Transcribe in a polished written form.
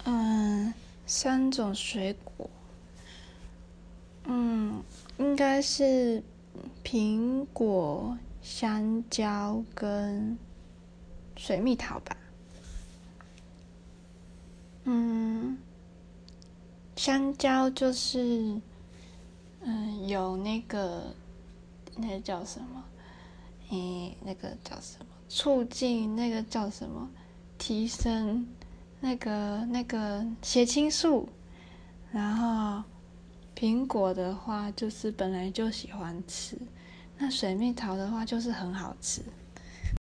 嗯，三种水果，应该是苹果、香蕉跟水蜜桃吧。嗯，香蕉就是，有那个叫什么？那个叫什么？促进那个叫什么？提升那个血清素。然后苹果的话，就是本来就喜欢吃，那水蜜桃的话就是很好吃。